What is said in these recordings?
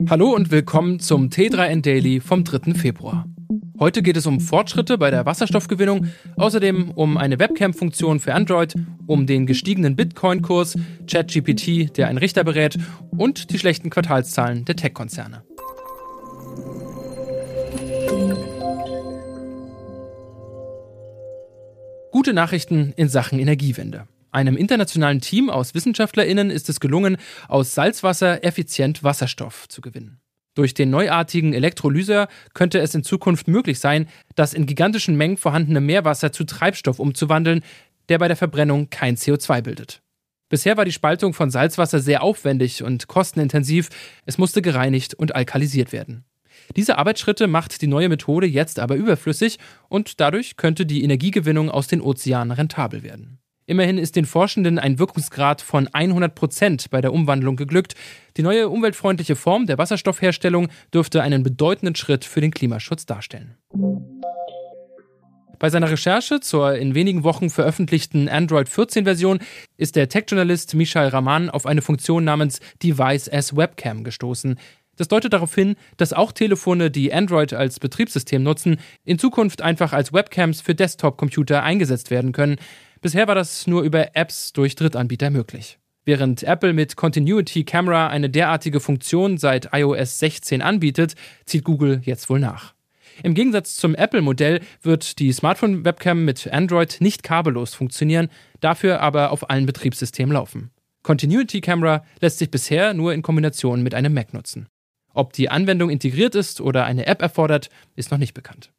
Hallo und willkommen zum T3N Daily vom 3. Februar. Heute geht es um Fortschritte bei der Wasserstoffgewinnung, außerdem um eine Webcam-Funktion für Android, um den gestiegenen Bitcoin-Kurs, ChatGPT, der einen Richter berät und die schlechten Quartalszahlen der Tech-Konzerne. Gute Nachrichten in Sachen Energiewende. Einem internationalen Team aus WissenschaftlerInnen ist es gelungen, aus Salzwasser effizient Wasserstoff zu gewinnen. Durch den neuartigen Elektrolyseur könnte es in Zukunft möglich sein, das in gigantischen Mengen vorhandene Meerwasser zu Treibstoff umzuwandeln, der bei der Verbrennung kein CO2 bildet. Bisher war die Spaltung von Salzwasser sehr aufwendig und kostenintensiv, es musste gereinigt und alkalisiert werden. Diese Arbeitsschritte macht die neue Methode jetzt aber überflüssig und dadurch könnte die Energiegewinnung aus den Ozeanen rentabel werden. Immerhin ist den Forschenden ein Wirkungsgrad von 100% bei der Umwandlung geglückt. Die neue umweltfreundliche Form der Wasserstoffherstellung dürfte einen bedeutenden Schritt für den Klimaschutz darstellen. Bei seiner Recherche zur in wenigen Wochen veröffentlichten Android 14-Version ist der Tech-Journalist Mishaal Rahman auf eine Funktion namens Device as Webcam gestoßen. Das deutet darauf hin, dass auch Telefone, die Android als Betriebssystem nutzen, in Zukunft einfach als Webcams für Desktop-Computer eingesetzt werden können. Bisher war das nur über Apps durch Drittanbieter möglich. Während Apple mit Continuity Camera eine derartige Funktion seit iOS 16 anbietet, zieht Google jetzt wohl nach. Im Gegensatz zum Apple-Modell wird die Smartphone-Webcam mit Android nicht kabellos funktionieren, dafür aber auf allen Betriebssystemen laufen. Continuity Camera lässt sich bisher nur in Kombination mit einem Mac nutzen. Ob die Anwendung integriert ist oder eine App erfordert, ist noch nicht bekannt.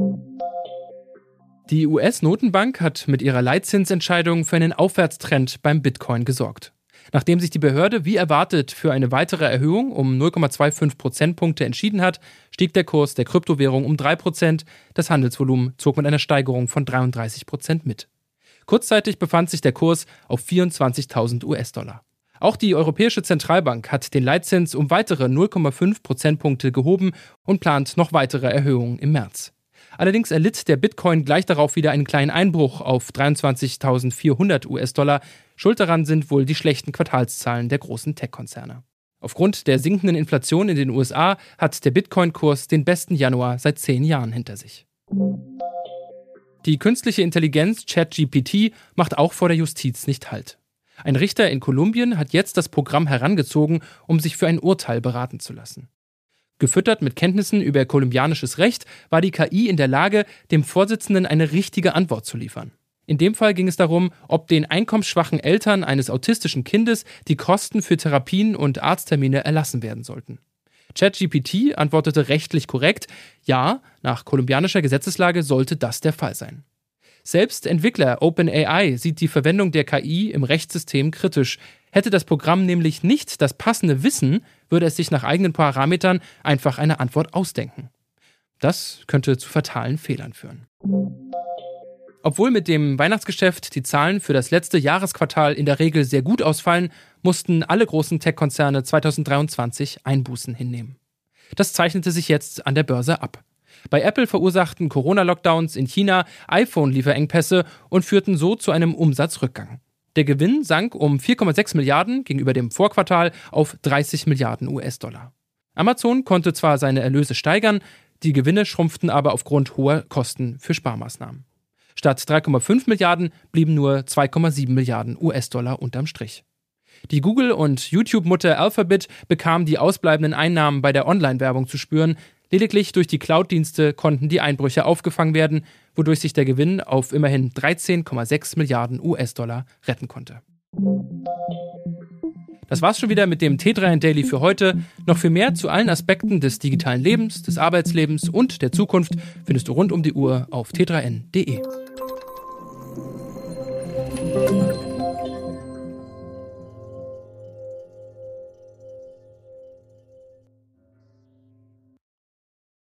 Die US-Notenbank hat mit ihrer Leitzinsentscheidung für einen Aufwärtstrend beim Bitcoin gesorgt. Nachdem sich die Behörde wie erwartet für eine weitere Erhöhung um 0,25 Prozentpunkte entschieden hat, stieg der Kurs der Kryptowährung um 3%, das Handelsvolumen zog mit einer Steigerung von 33% mit. Kurzzeitig befand sich der Kurs auf 24.000 US-Dollar. Auch die Europäische Zentralbank hat den Leitzins um weitere 0,5 Prozentpunkte gehoben und plant noch weitere Erhöhungen im März. Allerdings erlitt der Bitcoin gleich darauf wieder einen kleinen Einbruch auf 23.400 US-Dollar. Schuld daran sind wohl die schlechten Quartalszahlen der großen Tech-Konzerne. Aufgrund der sinkenden Inflation in den USA hat der Bitcoin-Kurs den besten Januar seit 10 Jahren hinter sich. Die künstliche Intelligenz ChatGPT macht auch vor der Justiz nicht Halt. Ein Richter in Kolumbien hat jetzt das Programm herangezogen, um sich für ein Urteil beraten zu lassen. Gefüttert mit Kenntnissen über kolumbianisches Recht war die KI in der Lage, dem Vorsitzenden eine richtige Antwort zu liefern. In dem Fall ging es darum, ob den einkommensschwachen Eltern eines autistischen Kindes die Kosten für Therapien und Arzttermine erlassen werden sollten. ChatGPT antwortete rechtlich korrekt, ja, nach kolumbianischer Gesetzeslage sollte das der Fall sein. Selbst Entwickler OpenAI sieht die Verwendung der KI im Rechtssystem kritisch. Hätte das Programm nämlich nicht das passende Wissen, würde es sich nach eigenen Parametern einfach eine Antwort ausdenken. Das könnte zu fatalen Fehlern führen. Obwohl mit dem Weihnachtsgeschäft die Zahlen für das letzte Jahresquartal in der Regel sehr gut ausfallen, mussten alle großen Tech-Konzerne 2023 Einbußen hinnehmen. Das zeichnete sich jetzt an der Börse ab. Bei Apple verursachten Corona-Lockdowns in China iPhone-Lieferengpässe und führten so zu einem Umsatzrückgang. Der Gewinn sank um 4,6 Milliarden gegenüber dem Vorquartal auf 30 Milliarden US-Dollar. Amazon konnte zwar seine Erlöse steigern, die Gewinne schrumpften aber aufgrund hoher Kosten für Sparmaßnahmen. Statt 3,5 Milliarden blieben nur 2,7 Milliarden US-Dollar unterm Strich. Die Google- und YouTube-Mutter Alphabet bekam die ausbleibenden Einnahmen bei der Online-Werbung zu spüren. Lediglich durch die Cloud-Dienste konnten die Einbrüche aufgefangen werden, wodurch sich der Gewinn auf immerhin 13,6 Milliarden US-Dollar retten konnte. Das war's schon wieder mit dem T3N Daily für heute. Noch viel mehr zu allen Aspekten des digitalen Lebens, des Arbeitslebens und der Zukunft findest du rund um die Uhr auf t3n.de.